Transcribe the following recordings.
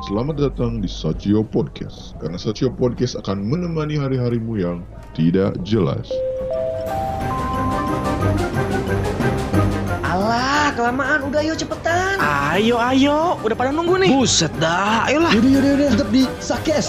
Selamat datang di Sachio Podcast, karena Sachio Podcast akan menemani hari-harimu yang tidak jelas. Alah, kelamaan. Udah ayo cepetan. Ayo, udah pada nunggu nih. Buset dah, ayolah. Yaudah, tetap di Sakes.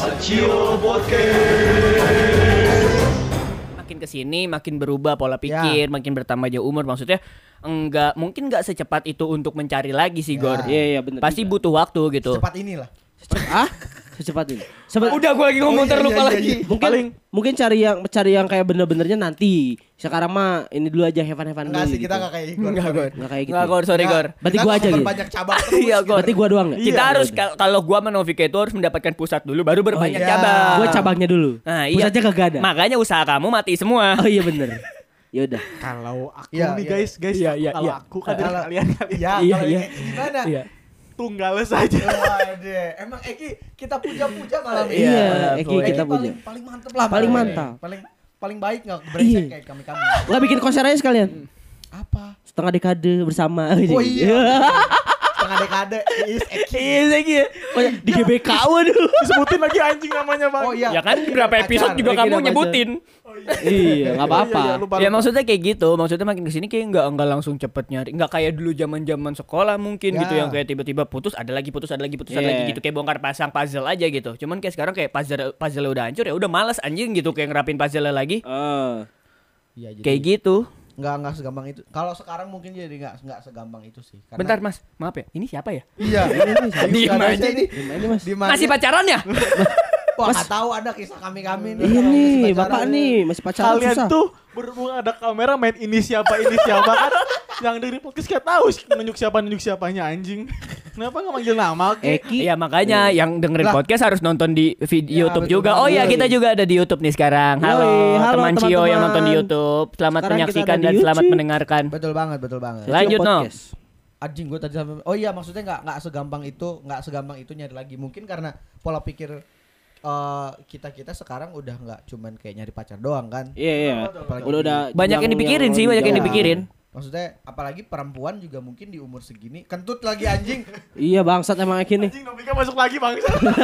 Makin kesini makin berubah pola pikir, makin bertambah jauh umur. Maksudnya mungkin nggak secepat itu untuk mencari lagi sih, Gor. Iya benar. Pasti butuh waktu gitu. Cepat inilah. Secepat ini. Udah gue lagi ngomong terlupa lagi. Mungkin cari yang kayak bener-benernya nanti. Sekarang mah ini dulu aja have fun dulu. Enggak sih, gitu. kita enggak kayak Igor. Enggak kayak gitu. Nggak, Gor, sorry, Gor. Berarti gua aja gitu. Banyak cabang terus. Iya, Gor. Berarti gua doang enggak? Kita harus kalau gua sama Novika itu harus mendapatkan pusat dulu baru berbanyak iya. cabang. Gua cabangnya dulu. Nah, iya. Pusatnya kagak ada. Makanya usaha kamu mati semua. Oh iya bener. Ya udah. Kalau aku Iya, nih iya. guys, kalau iya. aku kan dari Kalau- kalian Iya, Iya, kalau iya. Eki gimana? Iya. tunggal saja. Waduh, emang Eki kita puja-puja malam ini. Iya, betul. Eki kita punya. Paling mantep lah. Paling Eki. mantap. Paling baik enggak brengsek Iya. kayak kami. Enggak bikin konser aja sekalian. Apa? Setengah dekade bersama. Oh iya. Setengah dekade is Eki. Iya lagi. Di GBK waduh. Disebutin lagi anjing namanya, Bang. Oh iya. Ya kan berapa episode juga Eki kamu udah nyebutin. Iya, enggak apa-apa. Iya, lu baru- Ya maksudnya kayak gitu, maksudnya makin kesini kayak nggak langsung cepet nyari, nggak kayak dulu zaman sekolah mungkin Ya. gitu yang kayak tiba-tiba putus ada lagi Iya. gitu kayak bongkar pasang puzzle aja gitu. Cuman kayak sekarang kayak puzzle udah hancur ya udah malas anjing gitu kayak ngerapin puzzle lagi Iya, jadi kayak gitu. enggak segampang itu. Kalau sekarang mungkin jadi enggak segampang itu sih. Karena- Bentar Mas, maaf ya, ini siapa ya? Iya. Diem aja ini. Ini Mas. Di mana? Masih pacaran ya? Wah, enggak tahu ada kisah kami nih. Ini kalau masih Bapak pacaran. nih masih pacaran Kalian susah. tuh berhubung ada kamera main ini siapa kan. Yang dari podcast gak tahu nunjuk siapanya anjing. Kenapa gak manggil nama? Eki. Iya makanya yang dengerin Lah. podcast harus nonton di Ya, YouTube betul juga. banget. Oh iya Yoi. kita juga ada di YouTube nih sekarang. Halo, Halo, teman Cio teman-teman. yang nonton di YouTube. Selamat Sekarang kita menyaksikan ada dan di selamat YouTube. mendengarkan. Betul banget. Lanjut, Cio no. Podcast. Anjing gue tadi sampai oh iya maksudnya nggak segampang itu nyari lagi mungkin karena pola pikir kita sekarang udah nggak cuman kayak nyari pacar doang kan. Iya. Apalagi Udah Banyak yang dipikirin sih, banyak yang Iya. dipikirin. Maksudnya apalagi perempuan juga mungkin di umur segini kentut lagi anjing. Iya bangsat emang Eki nih. Anjing Novika masuk lagi, Bang.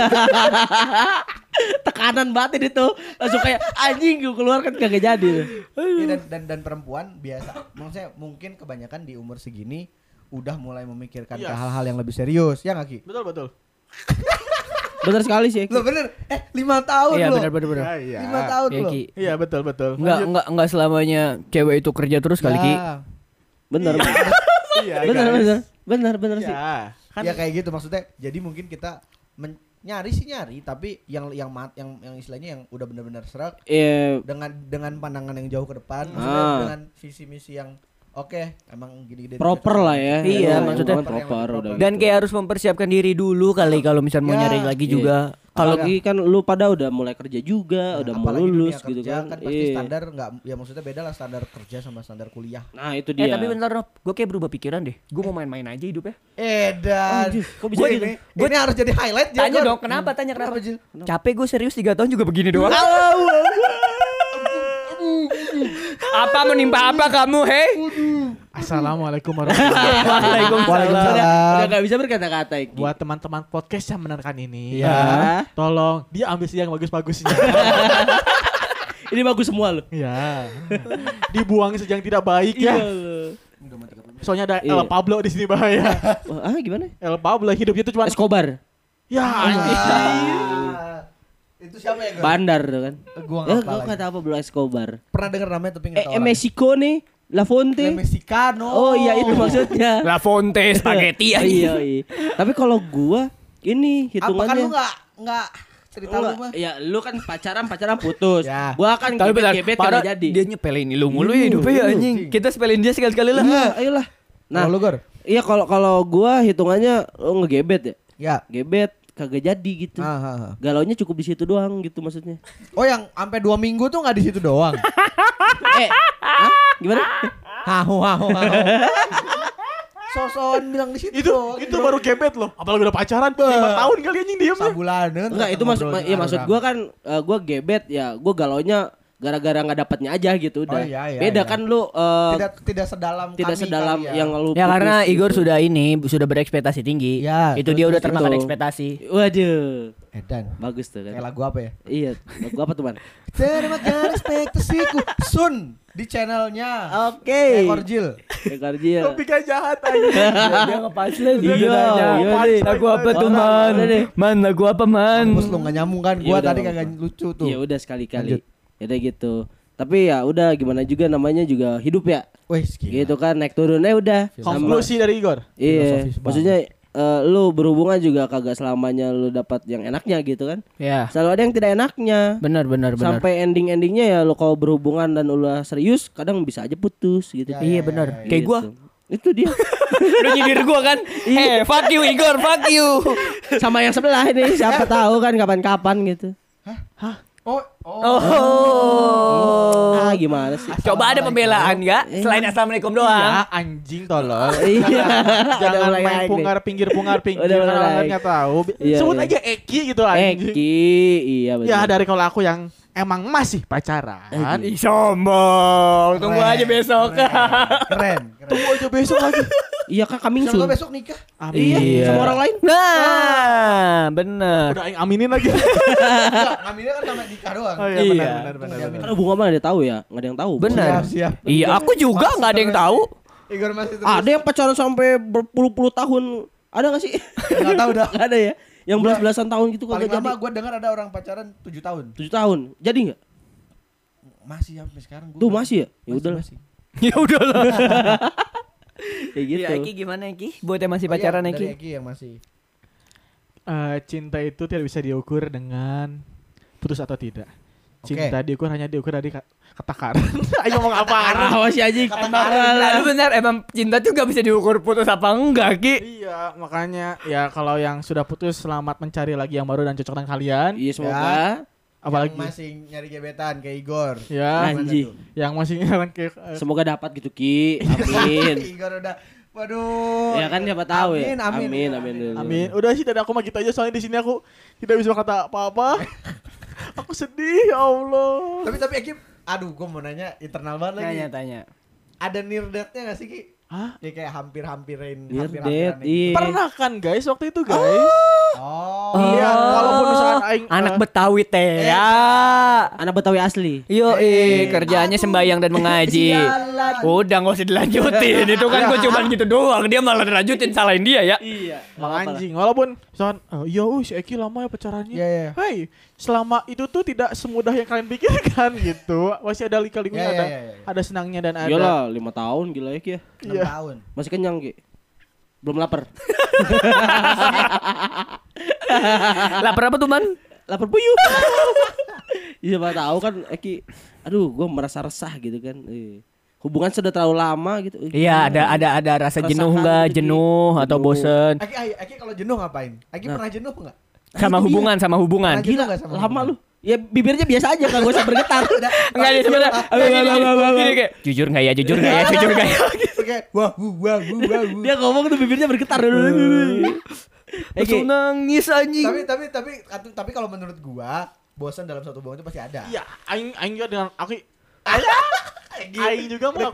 Tekanan batin itu langsung kayak anjing gue keluar kan kagak jadi. Iya, dan perempuan biasa maksudnya mungkin kebanyakan di umur segini udah mulai memikirkan ke Yes. hal-hal yang lebih serius ya nggak Ki? Betul. Bener sekali sih Eki. Lo bener 5 tahun Iya lo. bener. Iya. 5 tahun Iya, lo. Ki. Iya, betul. Enggak selamanya cewek itu kerja terus kali Ki. Ya. Bener. Iya, Bener guys. sih. Ya, kan Ya kayak gitu maksudnya. Jadi mungkin kita nyari tapi yang istilahnya yang udah benar-benar serak Iya. dengan pandangan yang jauh ke depan, maksudnya dengan visi misi yang oke, emang gini-gini Proper lah ya. Iya, Emang maksudnya proper udah. Dan kayak harus mempersiapkan diri dulu kali kalau misalnya mau Ya, nyari lagi iya. juga. Kalau Kalau lagi kan lu pada udah mulai kerja juga, udah mau apalagi lulus dunia gitu kerja kan. pasti Iya. standar nggak ya maksudnya beda lah standar kerja sama standar kuliah. Nah, itu dia. tapi bentar Rob, gue kayak berubah pikiran deh. Gue mau main-main aja hidupnya. Dan Anjir, kok bisa Gua gitu? ini harus jadi highlight Jil, Tanya Gor. dong, kenapa? Tanya kenapa? Jil? Capek gue serius 3 tahun juga begini doang. Apa menimpa apa kamu, hei? Assalamualaikum warahmatullahi Waalaikumsalam. Udah gak bisa berkata-kata Eki. Buat teman-teman podcast yang mendengarkan ini, Ya. tolong dia ambil sih yang bagus-bagusnya. Ini bagus semua lu. Ya. Dibuang saja yang tidak baik ya. Soalnya ada Iya. El Pablo di sini bahaya. Wah, gimana? El Pablo hidupnya itu cuma Escobar. ya anjing. Itu siapa ya, Gor? Bandar tuh kan. Gua Ya, enggak gua kata apa belum Escobar. Pernah denger namanya tapi enggak tahu. Mexico nih, La Fonte. Mexicano. Oh iya itu maksudnya. La Fonte spaghetti aja. Iya. Tapi kalau gua ini Apa kan hitungannya lu enggak cerita lu mah? Ya lu kan pacaran putus. Ya. Gua kan Tapi bentar, gebet parah, kagak jadi. dia nyepelin lu mulu ya hidupnya ya anjing. Kita sepelin dia sekali-sekali lah. Iya, ayolah. Nah, lu Gor? Iya kalau gua hitungannya ngegebet ya. Ya. Gebet kagak jadi gitu. Galaunya cukup di situ doang gitu maksudnya. Oh yang sampai 2 minggu tuh enggak di situ doang. Gimana? Hahu. Sosokan bilang di situ. Itu baru gebet loh. Apalagi udah pacaran 5 tahun kali anjing diam. Sabulanan. Enggak itu maksud gua kan gua gebet ya, gua galaunya gara-gara nggak dapatnya aja gitu udah. Oh, iya, Beda iya. kan lu Tidak sedalam tidak kami sedalam kali yang lu Ya karena putus Igor gitu. sudah berekspektasi tinggi. Ya, Itu terus- dia udah terus termakan itu. ekspektasi. Waduh, Edan. bagus tuh Kayak kan. lagu apa ya? Iya, lagu apa tuh man? Termakan ekspektasiku Sun di channelnya. Oke. Ekor Jil. Karjil. Topiknya jahat aja. Dia ngepunchline. Iya, iya nih. Lagu apa tuh, Udah Man? deh. Man, lagu apa, Man? Mampus lu gak nyambung kan? Iya, Gua udah, tadi apa-apa. kagak lucu tuh. Ya udah sekali-kali. Lanjut. Ya udah gitu. Tapi ya udah gimana juga namanya juga hidup ya. Wih, gila. Gitu kan naik turunnya udah. Konklusi dari Igor. Iya, Filosofis banget. maksudnya lu berhubungan juga kagak selamanya lu dapat yang enaknya gitu kan. Ya, Selalu ada yang tidak enaknya. benar. Sampai ending-endingnya ya lu kalau berhubungan dan ulah serius kadang bisa aja putus gitu. Ya, Iya ya, benar. ya, ya. Kayak gua. Itu dia. Lu nyindir gua kan? Fuck you Igor, fuck you. Sama yang sebelah ini siapa tahu kan kapan-kapan gitu. Oh. Gimana sih? Coba ada pembelaan enggak? Selain assalamualaikum doang. Ya anjing tolol. Iya. Jangan Udah mulai main naik nih. pungar pinggir Udah karena mulai. orang nggak tahu. Iya, Sebut iya. aja Eki gitu anjing. Eki, iya betul. Ya dari kalau aku yang emang masih pacaran. Ih, sombong. Tunggu Keren, aja besok. Keren. Tunggu aja besok lagi. Iya kan coming Siapa soon. tahu besok nikah. Iya, sama orang lain. Nah, bener. Udah aing aminin lagi. Enggak, ngambilnya kan sama nikah doang. Oh iya Iya. benar. Kan hubungan mah ada tahu ya, nggak ada yang tahu. Bener. Siap. Iya, aku juga nggak ada yang tahu. Igor masih terus. Ada yang pacaran sampai berpuluh-puluh tahun. Ada nggak sih? Enggak tahu dah. Nggak ada ya. Yang belas-belasan tahun gitu Paling kagak jadi. lama gue dengar ada orang pacaran 7 tahun. 7 tahun. Jadi nggak? Masih sampai sekarang gua. Tuh masih ya? Ya udah. Masih. Ya udahlah. Kayak gitu. Ya, Eki gimana Eki? Buat yang masih pacaran Dari Eki? Eki yang masih. Cinta itu tidak bisa diukur dengan putus atau tidak. Oke. Cinta diukur dari kata-kata. Ayo ngomong apa? Parah sih anjing. Lalu benar, emang cinta tuh gak bisa diukur putus apa enggak Ki? Iya, makanya ya kalau yang sudah putus selamat mencari lagi yang baru dan cocok dengan kalian. Iya semoga. Apalagi Yang masih nyari gebetan kayak Igor. ya Anjing. yang masih nyaran kayak Semoga dapat gitu Ki. Amin. Igor udah. Waduh. Ya kan siapa tahu ya. Amin. Amin dulu. amin. Udah sih dari aku mah gitu aja soalnya di sini aku tidak bisa berkata apa-apa. Aku sedih ya Allah. Tapi Eki, aduh, gue mau nanya internal banget lagi. Tanya. Ada near death-nya gak sih Ki? Hah? Ya kayak hampir-hampirin. Near hampir-hampiran death, gitu. iya. Pernah kan guys waktu itu guys? Oh. Iya, walaupun misalkan aing Anak Betawi teh ya. Anak Betawi asli. Yo, kerjaannya sembahyang dan mengaji. Udah nggak usah dilanjutin. Itu kan gue cuman gitu doang. Dia malah dilanjutin, salahin dia ya. Iya. anjing. Walaupun misalkan iya si Eki lama ya pacarannya. Iya, iya. Hey, selama itu tuh tidak semudah yang kalian pikirkan gitu. Masih ada lika-likunya, Iya, ada iya, iya. ada senangnya dan ada. Iyalah 5 tahun gila ya Ki ya. 6 Iya. tahun. Masih kenyang Ki. Belum lapar. Lapar apa tuh, Man? Lapar puyuh. Iya siapa tahu kan Eki. Aduh, gue merasa resah gitu kan. Hubungan sudah terlalu lama gitu. Iya, ada rasa jenuh Keresahan enggak? gitu, Ki. Jenuh atau Jenuh. bosen? Aki kalau jenuh ngapain? Aki Nah. pernah jenuh enggak? Sama hubungan. Pernah jenuh Gila, nggak sama lama hubungan? lu. Ya bibirnya biasa aja kan, gak usah bergetar. Enggak nih sebenarnya. Gini kayak jujur enggak ya? Jujur enggak ya? Jujur enggak ya? Oke, wah. Dia ngomong tuh bibirnya bergetar dulu. Langsung nangis anjing. Tapi kalau menurut gua, bosan dalam satu hubungan itu pasti ada. Iya, aing juga dengan aku aing juga mau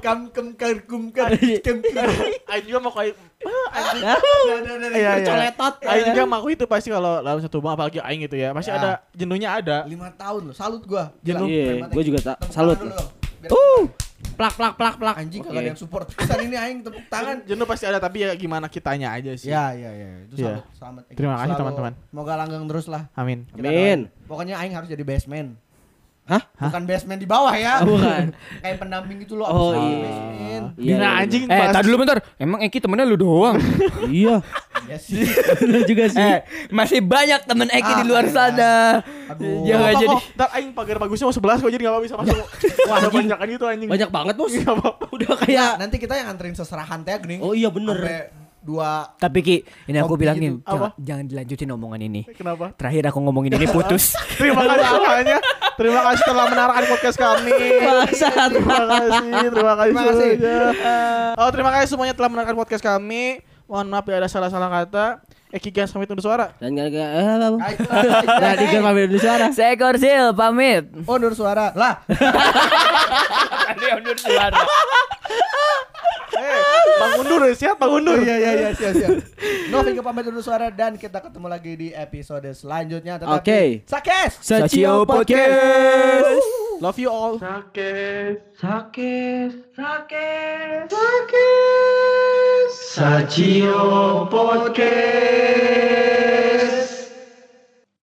aing juga mau kayak anjing. Iya, iya. Coletot. Aing juga mau itu pasti kalau dalam satu hubungan apalagi aing gitu ya. Pasti Ya. ada jenuhnya ada. 5 tahun loh, salut gua. Jenuh. Iya, gua juga Tepuk salut. tangan dulu dong. Biar- Plak. Anjing Oke. kagak ada yang support. Pisan ini aing tepuk tangan. Jenuh pasti ada tapi ya gimana kitanya aja sih. Ya. Itu Iya. selamat. Terima kasih, Selalu- teman-teman. Semoga langgeng terus lah. Amin. Kita Amin. doain. Pokoknya aing harus jadi basement. Hah? Bukan basement di bawah ya. Bukan. Kayak pendamping gitu loh. Oh, abis itu iya. basement. Dina anjing Tadi dulu bentar. Emang Eki temennya lu doang? Iya. Ya sih. Bener juga sih. Masih banyak temen Eki di luar Ah, sana. Aduh. Jangan Apa jadi. kok? Ntar aing pagar bagusnya mau 11 kok jadi enggak bisa masuk. Wah, ada banyakan gitu anjing. Banyak banget, Bos. Nggak apa-apa. Udah kayak Nanti kita yang anterin seserahan teh gini. Oh iya bener. Sampai 2 Tapi Ki, ini aku Hobi bilangin, gitu. jangan dilanjutin omongan ini. Kenapa? Terakhir aku ngomongin ini putus. Terima kasih semuanya. Terima kasih telah menarakan podcast kami. Bangsat. Terima kasih Terima kasih. semuanya. Oh, terima kasih semuanya telah mendengarkan podcast kami. Mohon maaf ya ada salah-salah kata. Eki Gas pamit undur suara. Dan Nah, Digan pamit undur suara. Saya Korsil pamit. Undur suara. Lah. Tadi undur suara. Bang Undur ya, siap Bang Undur. Iya, siap. Novi pamit undur suara dan kita ketemu lagi di episode selanjutnya. Tetap Oke. di Sakes. Sacio Podcast. Love you all. Sacio Podcast.